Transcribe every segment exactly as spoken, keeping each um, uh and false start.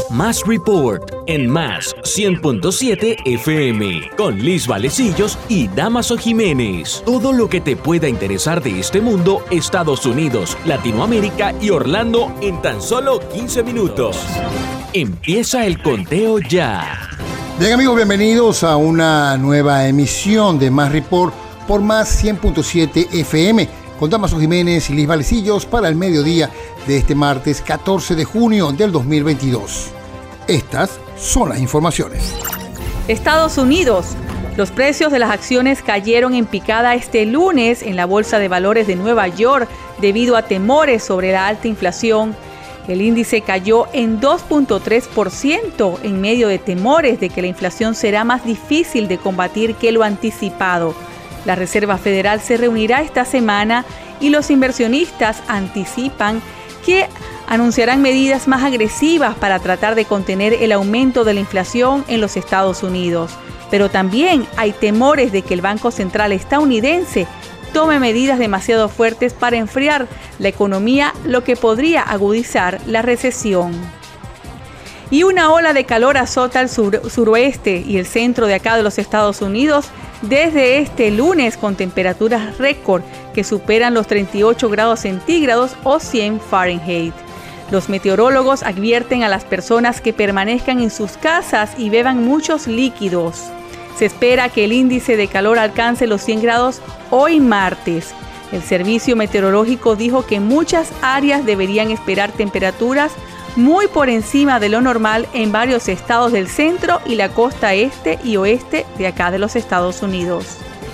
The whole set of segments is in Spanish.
Más Report en Más cien punto siete F M con Liz Valecillos y Damaso Jiménez. Todo lo que te pueda interesar de este mundo, Estados Unidos, Latinoamérica y Orlando en tan solo quince minutos. Empieza el conteo ya. Bien amigos, bienvenidos a una nueva emisión de Más Report por Más cien punto siete F M con Damaso Jiménez y Liz Valecillos para el mediodía de este martes catorce de junio del dos mil veintidós. Estas son las informaciones. Estados Unidos. Los precios de las acciones cayeron en picada este lunes en la Bolsa de Valores de Nueva York debido a temores sobre la alta inflación. El índice cayó en dos punto tres por ciento en medio de temores de que la inflación será más difícil de combatir que lo anticipado. La Reserva Federal se reunirá esta semana y los inversionistas anticipan que anunciarán medidas más agresivas para tratar de contener el aumento de la inflación en los Estados Unidos. Pero también hay temores de que el Banco Central estadounidense tome medidas demasiado fuertes para enfriar la economía, lo que podría agudizar la recesión. Y una ola de calor azota el sur, suroeste y el centro de acá de los Estados Unidos desde este lunes con temperaturas récord que superan los treinta y ocho grados centígrados o cien Fahrenheit. Los meteorólogos advierten a las personas que permanezcan en sus casas y beban muchos líquidos. Se espera que el índice de calor alcance los cien grados hoy martes. El servicio meteorológico dijo que muchas áreas deberían esperar temperaturas muy por encima de lo normal en varios estados del centro y la costa este y oeste de acá de los Estados Unidos.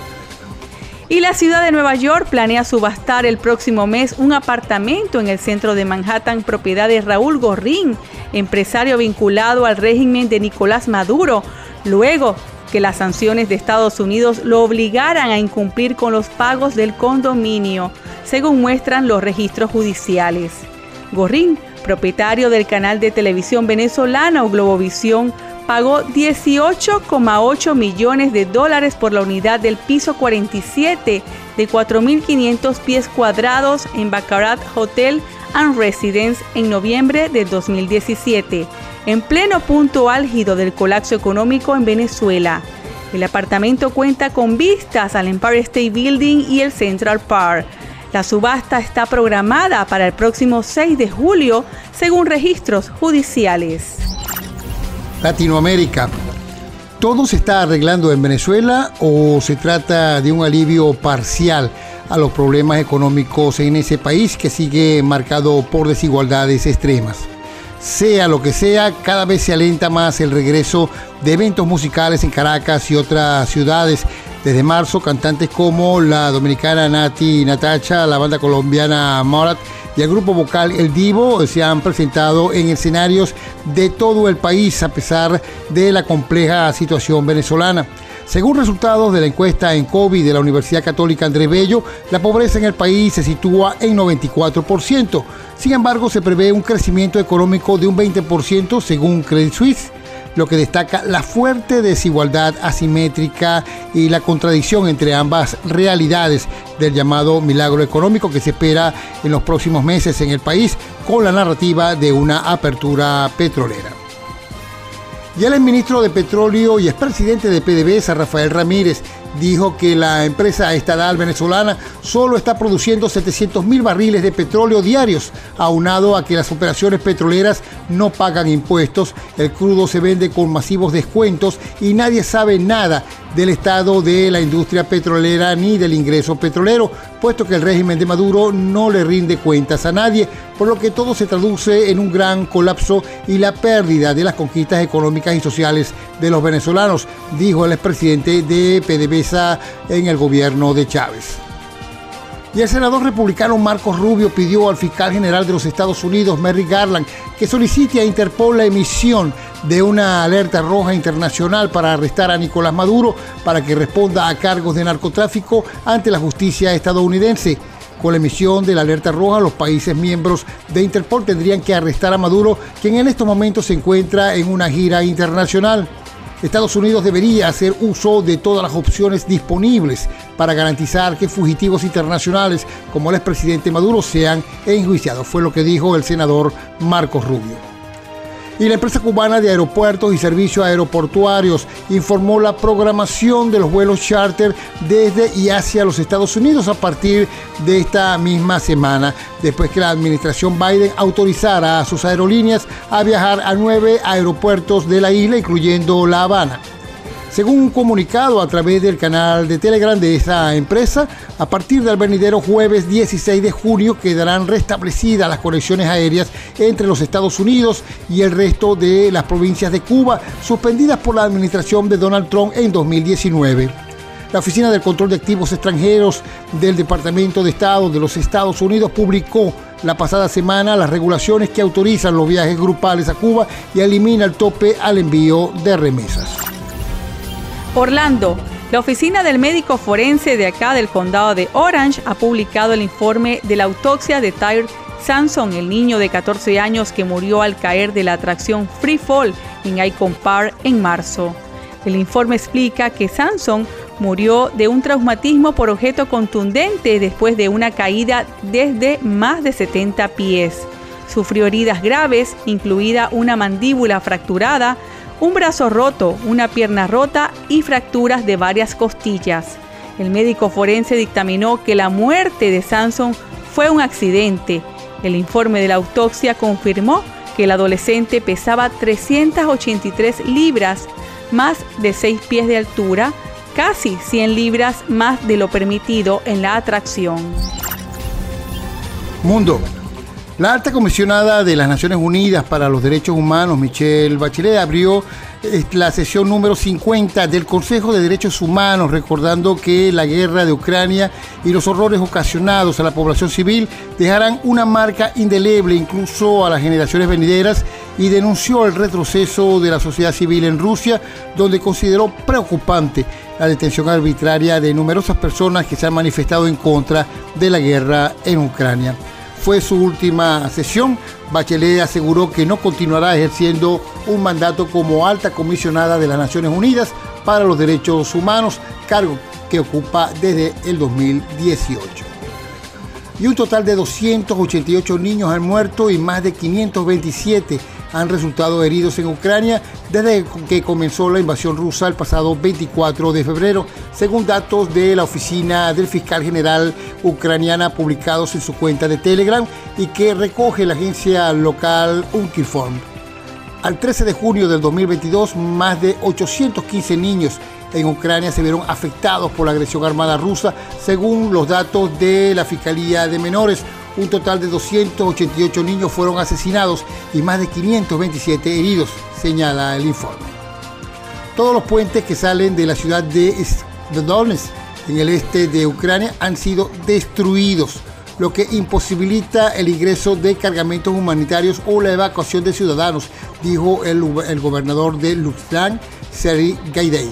Y la ciudad de Nueva York planea subastar el próximo mes un apartamento en el centro de Manhattan, propiedad de Raúl Gorrín, empresario vinculado al régimen de Nicolás Maduro, luego que las sanciones de Estados Unidos lo obligaran a incumplir con los pagos del condominio, según muestran los registros judiciales. Gorrín, propietario del canal de televisión venezolano Globovisión, pagó dieciocho coma ocho millones de dólares por la unidad del piso cuarenta y siete de cuatro mil quinientos pies cuadrados en Baccarat Hotel and Residence en noviembre de dos mil diecisiete, en pleno punto álgido del colapso económico en Venezuela. El apartamento cuenta con vistas al Empire State Building y el Central Park. La subasta está programada para el próximo seis de julio, según registros judiciales. Latinoamérica. ¿Todo se está arreglando en Venezuela o se trata de un alivio parcial a los problemas económicos en ese país que sigue marcado por desigualdades extremas? Sea lo que sea, cada vez se alenta más el regreso de eventos musicales en Caracas y otras ciudades. Desde marzo, cantantes como la dominicana Nati Natacha, la banda colombiana Morat y el grupo vocal El Divo se han presentado en escenarios de todo el país a pesar de la compleja situación venezolana. Según resultados de la encuesta en COVID de la Universidad Católica Andrés Bello, la pobreza en el país se sitúa en noventa y cuatro por ciento. Sin embargo, se prevé un crecimiento económico de un veinte por ciento según Credit Suisse, lo que destaca la fuerte desigualdad asimétrica y la contradicción entre ambas realidades del llamado milagro económico que se espera en los próximos meses en el país con la narrativa de una apertura petrolera. Y el ministro de Petróleo y expresidente de PDVSA, Rafael Ramírez, dijo que la empresa estatal venezolana solo está produciendo setecientos mil barriles de petróleo diarios, aunado a que las operaciones petroleras no pagan impuestos, el crudo se vende con masivos descuentos y nadie sabe nada del estado de la industria petrolera ni del ingreso petrolero, puesto que el régimen de Maduro no le rinde cuentas a nadie, por lo que todo se traduce en un gran colapso y la pérdida de las conquistas económicas y sociales de los venezolanos, dijo el expresidente de PDVSA en el gobierno de Chávez. Y el senador republicano Marcos Rubio pidió al fiscal general de los Estados Unidos, Merrick Garland, que solicite a Interpol la emisión de una alerta roja internacional para arrestar a Nicolás Maduro para que responda a cargos de narcotráfico ante la justicia estadounidense. Con la emisión de la alerta roja, los países miembros de Interpol tendrían que arrestar a Maduro, quien en estos momentos se encuentra en una gira internacional. Estados Unidos debería hacer uso de todas las opciones disponibles para garantizar que fugitivos internacionales como el expresidente Maduro sean enjuiciados, fue lo que dijo el senador Marcos Rubio. Y la empresa cubana de aeropuertos y servicios aeroportuarios informó la programación de los vuelos charter desde y hacia los Estados Unidos a partir de esta misma semana, después que la administración Biden autorizara a sus aerolíneas a viajar a nueve aeropuertos de la isla, incluyendo La Habana. Según un comunicado a través del canal de Telegram de esa empresa, a partir del venidero jueves dieciséis de junio quedarán restablecidas las conexiones aéreas entre los Estados Unidos y el resto de las provincias de Cuba, suspendidas por la administración de Donald Trump en dos mil diecinueve. La Oficina del Control de Activos Extranjeros del Departamento de Estado de los Estados Unidos publicó la pasada semana las regulaciones que autorizan los viajes grupales a Cuba y elimina el tope al envío de remesas. Orlando. La oficina del médico forense de acá del condado de Orange ha publicado el informe de la autopsia de Tyre Sampson, el niño de catorce años que murió al caer de la atracción Free Fall en Icon Park en marzo. El informe explica que Sampson murió de un traumatismo por objeto contundente después de una caída desde más de setenta pies. Sufrió heridas graves, incluida una mandíbula fracturada, un brazo roto, una pierna rota y fracturas de varias costillas. El médico forense dictaminó que la muerte de Sampson fue un accidente. El informe de la autopsia confirmó que el adolescente pesaba trescientas ochenta y tres libras, más de seis pies de altura, casi cien libras más de lo permitido en la atracción. Mundo. La alta comisionada de las Naciones Unidas para los Derechos Humanos, Michelle Bachelet, abrió la sesión número cincuenta del Consejo de Derechos Humanos, recordando que la guerra de Ucrania y los horrores ocasionados a la población civil dejarán una marca indeleble incluso a las generaciones venideras, y denunció el retroceso de la sociedad civil en Rusia, donde consideró preocupante la detención arbitraria de numerosas personas que se han manifestado en contra de la guerra en Ucrania. Fue su última sesión. Bachelet aseguró que no continuará ejerciendo un mandato como alta comisionada de las Naciones Unidas para los Derechos Humanos, cargo que ocupa desde el dos mil dieciocho. Y un total de doscientos ochenta y ocho niños han muerto y más de quinientos veintisiete han resultado heridos en Ucrania desde que comenzó la invasión rusa el pasado veinticuatro de febrero, según datos de la oficina del fiscal general ucraniana publicados en su cuenta de Telegram y que recoge la agencia local Ukrinform. Al trece de junio del dos mil veintidós, más de ochocientos quince niños en Ucrania se vieron afectados por la agresión armada rusa, según los datos de la Fiscalía de Menores. Un total de doscientos ochenta y ocho niños fueron asesinados y más de quinientos veintisiete heridos, señala el informe. Todos los puentes que salen de la ciudad de Donetsk, en el este de Ucrania, han sido destruidos, lo que imposibilita el ingreso de cargamentos humanitarios o la evacuación de ciudadanos, dijo el, el gobernador de Luhansk, Serhiy Gaidai.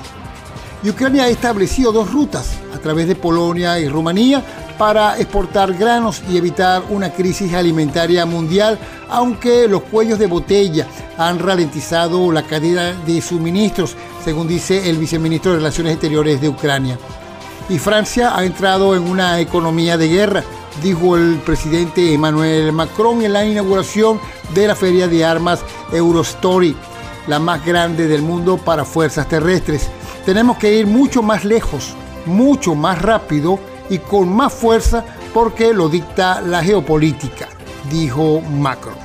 Y Ucrania ha establecido dos rutas a través de Polonia y Rumanía para exportar granos y evitar una crisis alimentaria mundial, aunque los cuellos de botella han ralentizado la cadena de suministros, según dice el viceministro de Relaciones Exteriores de Ucrania. Y Francia ha entrado en una economía de guerra, dijo el presidente Emmanuel Macron en la inauguración de la feria de armas Eurostory, la más grande del mundo para fuerzas terrestres. Tenemos que ir mucho más lejos, mucho más rápido y con más fuerza porque lo dicta la geopolítica, dijo Macron.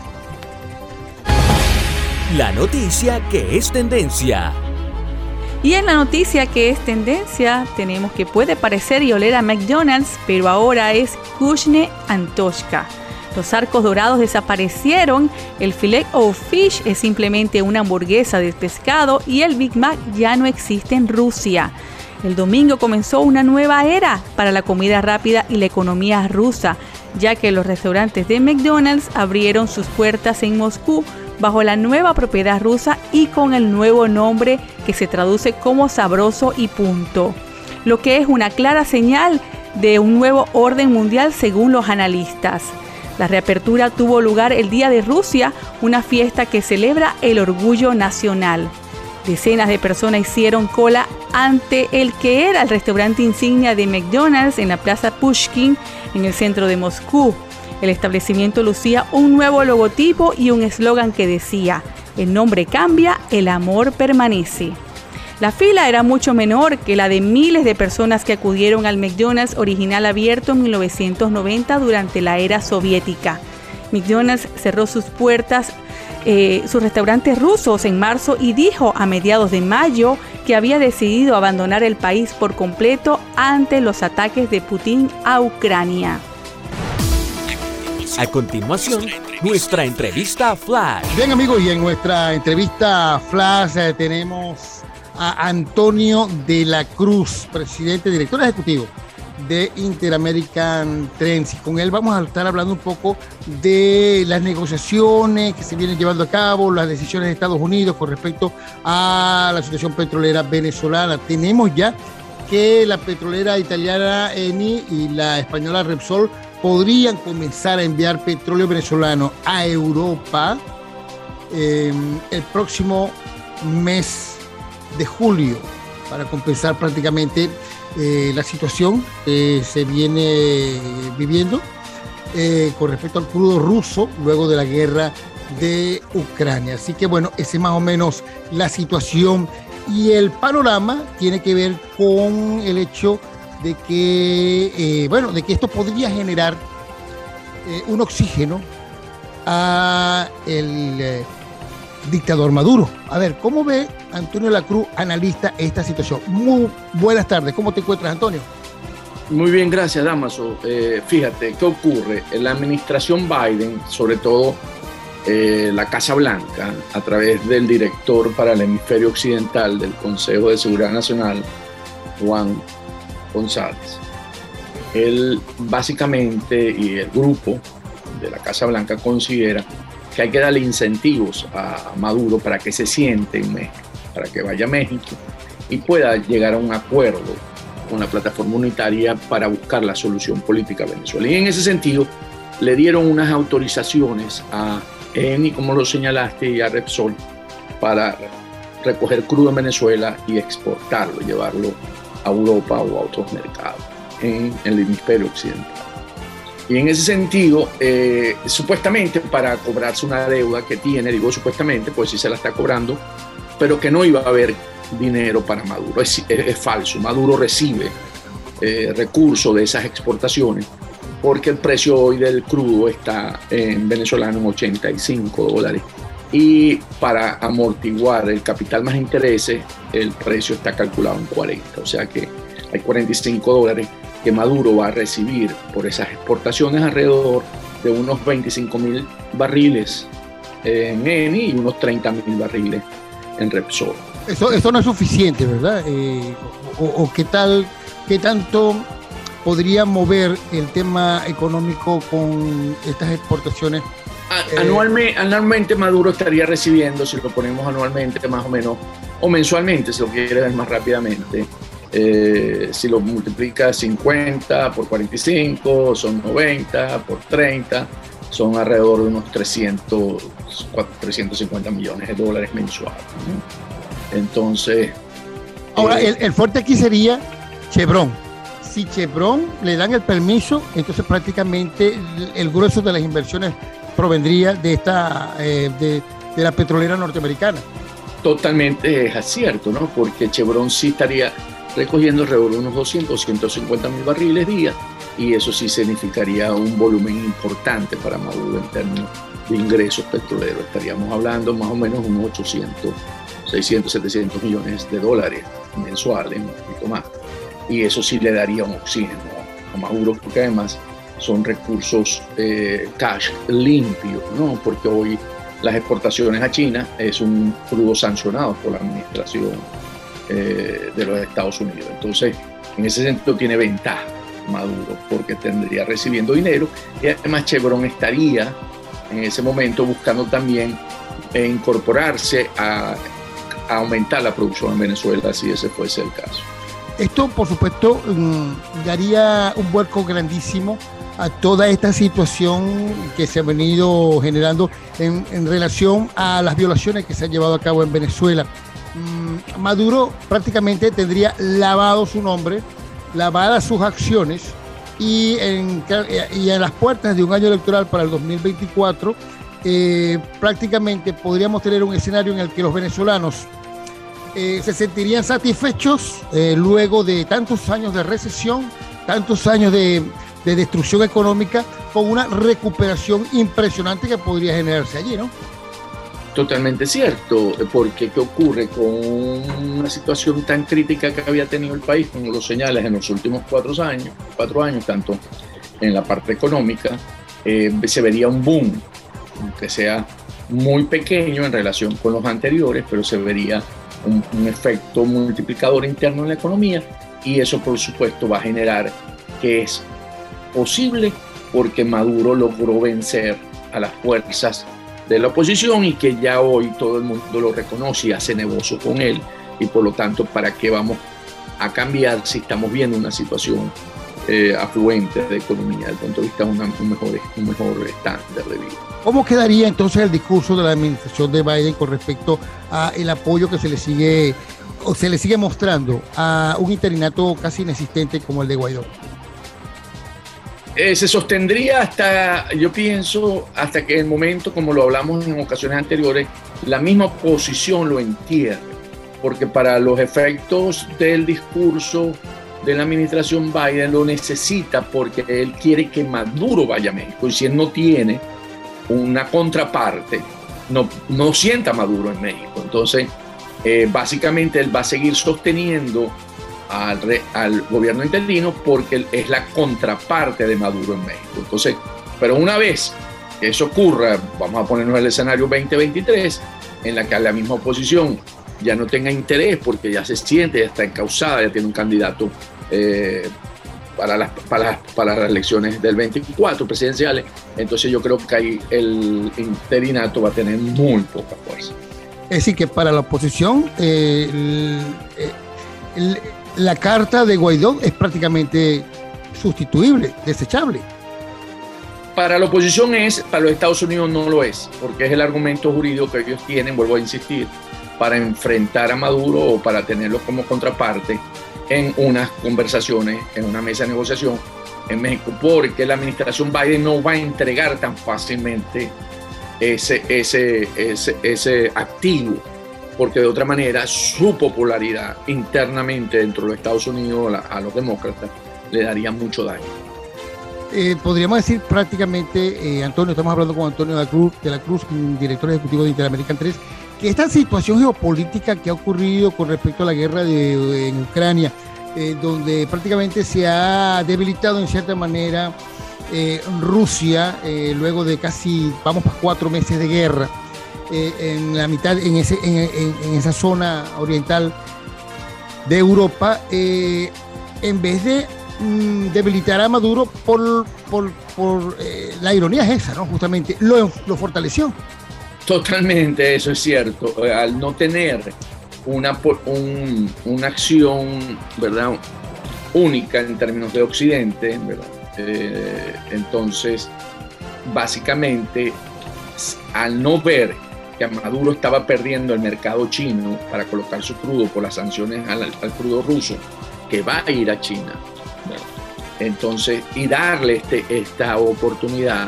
La noticia que es tendencia. Y en la noticia que es tendencia tenemos que puede parecer y oler a McDonald's, pero ahora es Kushne Antoshka. Los arcos dorados desaparecieron, el filet o fish es simplemente una hamburguesa de pescado y el Big Mac ya no existe en Rusia. El domingo comenzó una nueva era para la comida rápida y la economía rusa, ya que los restaurantes de McDonald's abrieron sus puertas en Moscú bajo la nueva propiedad rusa y con el nuevo nombre que se traduce como sabroso y punto, lo que es una clara señal de un nuevo orden mundial según los analistas. La reapertura tuvo lugar el Día de Rusia, una fiesta que celebra el orgullo nacional. Decenas de personas hicieron cola ante el que era el restaurante insignia de McDonald's en la Plaza Pushkin, en el centro de Moscú. El establecimiento lucía un nuevo logotipo y un eslogan que decía: El nombre cambia, el amor permanece. La fila era mucho menor que la de miles de personas que acudieron al McDonald's original abierto en mil novecientos noventa durante la era soviética. McDonald's cerró sus puertas, eh, sus restaurantes rusos en marzo y dijo a mediados de mayo que había decidido abandonar el país por completo ante los ataques de Putin a Ucrania. A continuación, nuestra entrevista Flash. Bien, amigos, y en nuestra entrevista Flash eh, tenemos a Antonio de la Cruz, presidente, director ejecutivo de Interamerican Transit. Con él vamos a estar hablando un poco de las negociaciones que se vienen llevando a cabo, las decisiones de Estados Unidos con respecto a la situación petrolera venezolana. Tenemos ya que la petrolera italiana Eni y la española Repsol podrían comenzar a enviar petróleo venezolano a Europa eh, el próximo mes de julio para compensar prácticamente eh, la situación que se viene viviendo eh, con respecto al crudo ruso luego de la guerra de Ucrania. Así que bueno, esa es más o menos la situación, y el panorama tiene que ver con el hecho de que eh, bueno, de que esto podría generar eh, un oxígeno a el eh, dictador Maduro. A ver, ¿cómo ve Antonio de la Cruz, analista, esta situación? Muy buenas tardes, ¿cómo te encuentras, Antonio? Muy bien, gracias, Damaso. Eh, fíjate, ¿qué ocurre? En la administración Biden, sobre todo eh, la Casa Blanca, a través del director para el hemisferio occidental del Consejo de Seguridad Nacional, Juan González, él básicamente, y el grupo de la Casa Blanca, considera que hay que darle incentivos a Maduro para que se siente en México, para que vaya a México y pueda llegar a un acuerdo con la plataforma unitaria para buscar la solución política a Venezuela. Y en ese sentido le dieron unas autorizaciones a Eni, como lo señalaste, y a Repsol para recoger crudo en Venezuela y exportarlo, llevarlo a Europa o a otros mercados en el hemisferio occidental. Y en ese sentido, eh, supuestamente para cobrarse una deuda que tiene, digo supuestamente, pues sí se la está cobrando, pero que no iba a haber dinero para Maduro. Es, es, es falso. Maduro recibe eh, recursos de esas exportaciones porque el precio hoy del crudo está en venezolano en ochenta y cinco dólares. Y para amortiguar el capital más intereses, el precio está calculado en cuarenta. O sea que hay cuarenta y cinco dólares que Maduro va a recibir por esas exportaciones, alrededor de unos veinticinco mil barriles en Eni y unos treinta mil barriles en Repsol. Eso, eso no es suficiente, ¿verdad? Eh, o, o qué tal, qué tanto podría mover el tema económico con estas exportaciones. Anualmente, anualmente Maduro estaría recibiendo, si lo ponemos anualmente más o menos, o mensualmente, si lo quiere ver más rápidamente, eh, si lo multiplica cincuenta por cuarenta y cinco, son noventa, por treinta, son alrededor de unos trescientos, trescientos cincuenta millones de dólares mensuales, ¿no? Entonces... Ahora, eh, el, el fuerte aquí sería Chevron. Si Chevron le dan el permiso, entonces prácticamente el, el grueso de las inversiones provendría de esta eh, de, de la petrolera norteamericana. Totalmente es cierto, ¿no? Porque Chevron sí estaría recogiendo alrededor de unos doscientos, ciento cincuenta mil barriles día, y eso sí significaría un volumen importante para Maduro en términos de ingresos petroleros. Estaríamos hablando más o menos unos ochocientos, seiscientos, setecientos millones de dólares mensuales, un poquito más. Y eso sí le daría un oxígeno a Maduro, porque además son recursos eh, cash limpios, ¿no? Porque hoy las exportaciones a China es un crudo sancionado por la administración eh, de los Estados Unidos. Entonces, en ese sentido tiene ventaja Maduro, porque tendría recibiendo dinero, y además Chevron estaría en ese momento buscando también eh, incorporarse a, a aumentar la producción en Venezuela, si ese fuese el caso. Esto, por supuesto, daría un vuelco grandísimo a toda esta situación que se ha venido generando en, en relación a las violaciones que se han llevado a cabo en Venezuela. Maduro prácticamente tendría lavado su nombre, lavadas sus acciones, y en, y en las puertas de un año electoral para el dos mil veinticuatro eh, prácticamente podríamos tener un escenario en el que los venezolanos eh, se sentirían satisfechos eh, luego de tantos años de recesión, tantos años de, de destrucción económica, con una recuperación impresionante que podría generarse allí, ¿no? Totalmente cierto, porque ¿qué ocurre con una situación tan crítica que había tenido el país, como lo señalas, en los últimos cuatro años, cuatro años, tanto en la parte económica, eh, se vería un boom, aunque sea muy pequeño en relación con los anteriores, pero se vería un, un efecto multiplicador interno en la economía, y eso por supuesto va a generar que es posible porque Maduro logró vencer a las fuerzas de la oposición y que ya hoy todo el mundo lo reconoce y hace negocio con él, y por lo tanto, ¿para qué vamos a cambiar si estamos viendo una situación eh, afluente de economía desde el punto de vista de una, un, mejor, un mejor estándar de vida? ¿Cómo quedaría entonces el discurso de la administración de Biden con respecto a el apoyo que se le sigue o se le sigue mostrando a un interinato casi inexistente como el de Guaidó? Eh, se sostendría hasta, yo pienso, hasta que el momento, como lo hablamos en ocasiones anteriores, la misma oposición lo entierre, porque para los efectos del discurso de la administración Biden lo necesita, porque él quiere que Maduro vaya a México, y si él no tiene una contraparte, no, no sienta Maduro en México. Entonces, eh, básicamente él va a seguir sosteniendo Al, re, al gobierno interino porque es la contraparte de Maduro en México. Entonces, pero una vez que eso ocurra, vamos a ponernos en el escenario veinte veintitrés, en la que la misma oposición ya no tenga interés porque ya se siente, ya está encausada, ya tiene un candidato eh, para, las, para, las, para las elecciones del veinticuatro presidenciales, entonces yo creo que ahí el interinato va a tener muy poca fuerza. Es decir, que para la oposición eh, el, el, la carta de Guaidó es prácticamente sustituible, desechable. Para la oposición es, para los Estados Unidos no lo es, porque es el argumento jurídico que ellos tienen, vuelvo a insistir, para enfrentar a Maduro o para tenerlo como contraparte en unas conversaciones, en una mesa de negociación en México, porque la administración Biden no va a entregar tan fácilmente ese, ese, ese, ese activo, porque de otra manera su popularidad internamente dentro de los Estados Unidos a, a los demócratas le daría mucho daño. Eh, podríamos decir prácticamente, eh, Antonio, estamos hablando con Antonio de la Cruz, de la Cruz, director ejecutivo de Interamerican tres, que esta situación geopolítica que ha ocurrido con respecto a la guerra de, de, en Ucrania, eh, donde prácticamente se ha debilitado en cierta manera eh, Rusia, eh, luego de casi, vamos para cuatro meses de guerra, Eh, en la mitad, en, ese, en, en, en esa zona oriental de Europa, eh, en vez de mm, debilitar a Maduro, por, por, por eh, la ironía es esa, ¿no? Justamente lo, lo fortaleció. Totalmente, eso es cierto. Al no tener una, un, una acción, ¿verdad?, única en términos de Occidente, ¿verdad? Eh, entonces, básicamente, al no ver que Maduro estaba perdiendo el mercado chino para colocar su crudo por las sanciones al, al crudo ruso, que va a ir a China, ¿verdad? Entonces, y darle este, esta oportunidad,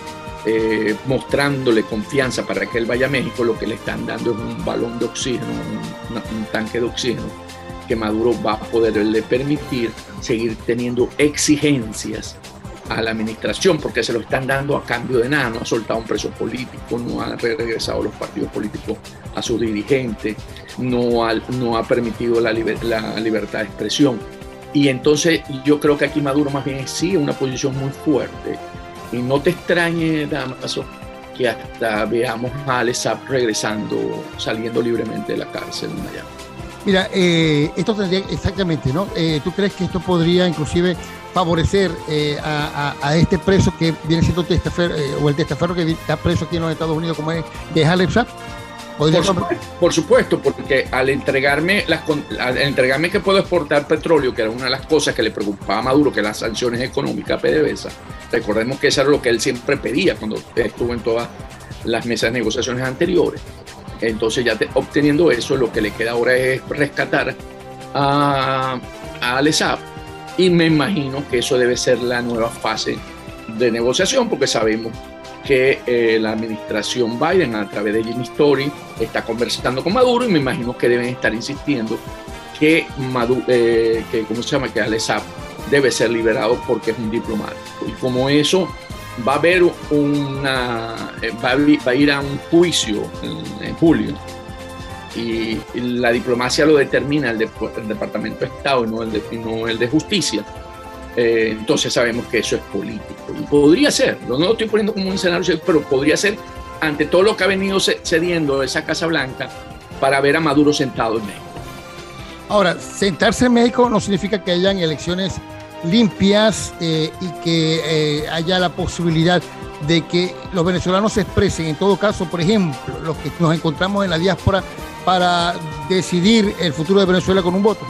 eh, mostrándole confianza para que él vaya a México, lo que le están dando es un balón de oxígeno, un, un tanque de oxígeno, que Maduro va a poderle permitir seguir teniendo exigencias a la administración, porque se lo están dando a cambio de nada. No ha soltado un preso político, no ha regresado los partidos políticos a sus dirigentes, no ha, no ha permitido la, liber, la libertad de expresión. Y entonces yo creo que aquí Maduro más bien sigue una posición muy fuerte. Y no te extrañe, Damaso, que hasta veamos a Alessab regresando, saliendo libremente de la cárcel en Miami. Mira, eh, esto tendría exactamente, ¿no? Eh, ¿Tú crees que esto podría inclusive favorecer eh, a, a, a este preso que viene siendo testaferro, eh, o el testaferro que está preso aquí en los Estados Unidos, como es, que es Alessab? Por supuesto, por supuesto, porque al entregarme, las, al entregarme que puedo exportar petróleo, que era una de las cosas que le preocupaba a Maduro, que las sanciones económicas a PDVSA, recordemos que eso era lo que él siempre pedía cuando estuvo en todas las mesas de negociaciones anteriores. Entonces ya te, obteniendo eso, lo que le queda ahora es rescatar a, a Alessab, y me imagino que eso debe ser la nueva fase de negociación, porque sabemos que eh, la administración Biden, a través de Jimmy Story, está conversando con Maduro, y me imagino que deben estar insistiendo que, Maduro, eh, que ¿cómo se llama? que Al-Assad debe ser liberado porque es un diplomático. Y como eso, va a haber una, va a, va a ir a un juicio en, en julio, y, y la diplomacia lo determina el, de, el Departamento de Estado y no el de, y no el de Justicia. Eh, entonces sabemos que eso es político. Y podría ser, no lo estoy poniendo como un escenario, pero podría ser ante todo lo que ha venido cediendo esa Casa Blanca para ver a Maduro sentado en México. Ahora, sentarse en México no significa que hayan elecciones limpias eh, y que eh, haya la posibilidad de que los venezolanos se expresen. En todo caso, por ejemplo, los que nos encontramos en la diáspora, para decidir el futuro de Venezuela con un voto.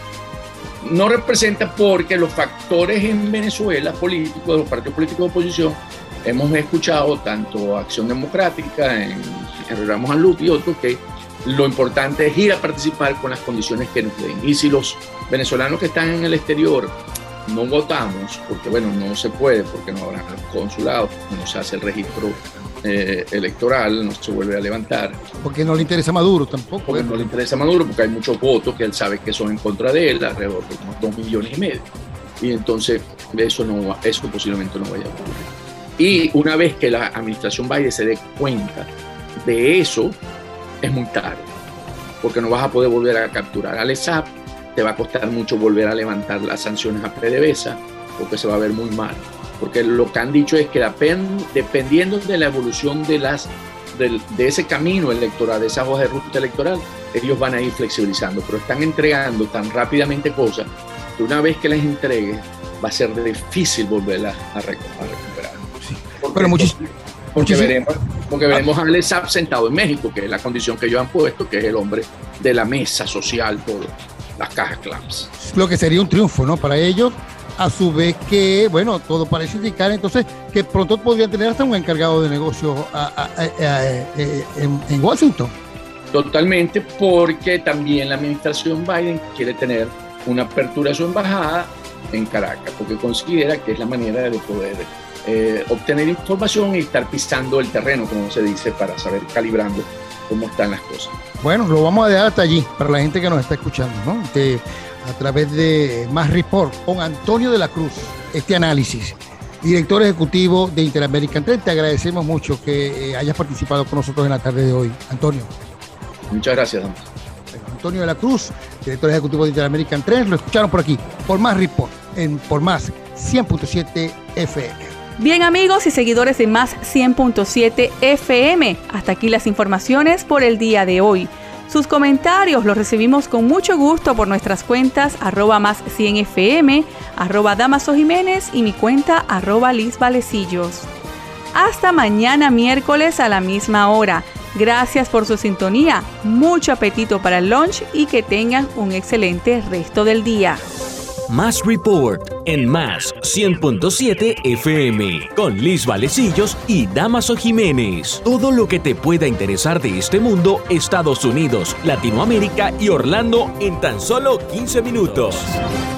No representa, porque los factores en Venezuela políticos, de los partidos políticos de oposición, hemos escuchado tanto Acción Democrática en, en Ramos Alut y otros, que lo importante es ir a participar con las condiciones que nos den. Y si los venezolanos que están en el exterior no votamos, porque bueno, no se puede, porque no habrá los consulados, no se hace el registro eh, electoral, no se vuelve a levantar. Porque no le interesa a Maduro tampoco. Porque no le interesa a Maduro, porque hay muchos votos que él sabe que son en contra de él, alrededor de unos dos millones y medio. Y entonces eso, no, eso posiblemente no vaya a ocurrir. Y una vez que la administración Biden se dé cuenta de eso, es muy tarde, porque no vas a poder volver a capturar a Al-Assad, te va a costar mucho volver a levantar las sanciones a PDVSA, porque se va a ver muy mal. Porque lo que han dicho es que depend, dependiendo de la evolución de, las, de, de ese camino electoral, de esa hoja de ruta electoral, ellos van a ir flexibilizando, pero están entregando tan rápidamente cosas que una vez que las entregues va a ser difícil volverlas a, recu a recuperar. Sí. Porque, pero muchísimo. porque veremos, porque veremos a Al-Assad sentado en México, que es la condición que ellos han puesto, que es el hombre de la mesa social por las cajas claves. Lo que sería un triunfo, ¿no? Para ellos, a su vez que, bueno, todo parece indicar entonces que pronto podrían tener hasta un encargado de negocios a, a, a, a, en, en Washington. Totalmente, porque también la administración Biden quiere tener una apertura de su embajada en Caracas, porque considera que es la manera de poder eh, obtener información y estar pisando el terreno, como se dice, para saber calibrando cómo están las cosas. Bueno, lo vamos a dejar hasta allí para la gente que nos está escuchando, ¿no? Que a través de Más Report con Antonio de la Cruz, este análisis, director ejecutivo de Interamerican Trade. Te agradecemos mucho que hayas participado con nosotros en la tarde de hoy, Antonio. Muchas gracias, Damos. Antonio de la Cruz, director ejecutivo de Interamerican Trade, lo escucharon por aquí, por Más Report, en por Más cien punto siete F M. Bien, amigos y seguidores de Más cien punto siete F M, hasta aquí las informaciones por el día de hoy. Sus comentarios los recibimos con mucho gusto por nuestras cuentas arroba más cien F M, arroba Damaso Jiménez y mi cuenta arroba Liz Valecillos. Hasta mañana miércoles a la misma hora. Gracias por su sintonía, mucho apetito para el lunch y que tengan un excelente resto del día. Más Report en Más cien punto siete F M con Liz Valecillos y Damaso Jiménez. Todo lo que te pueda interesar de este mundo, Estados Unidos, Latinoamérica y Orlando en tan solo quince minutos.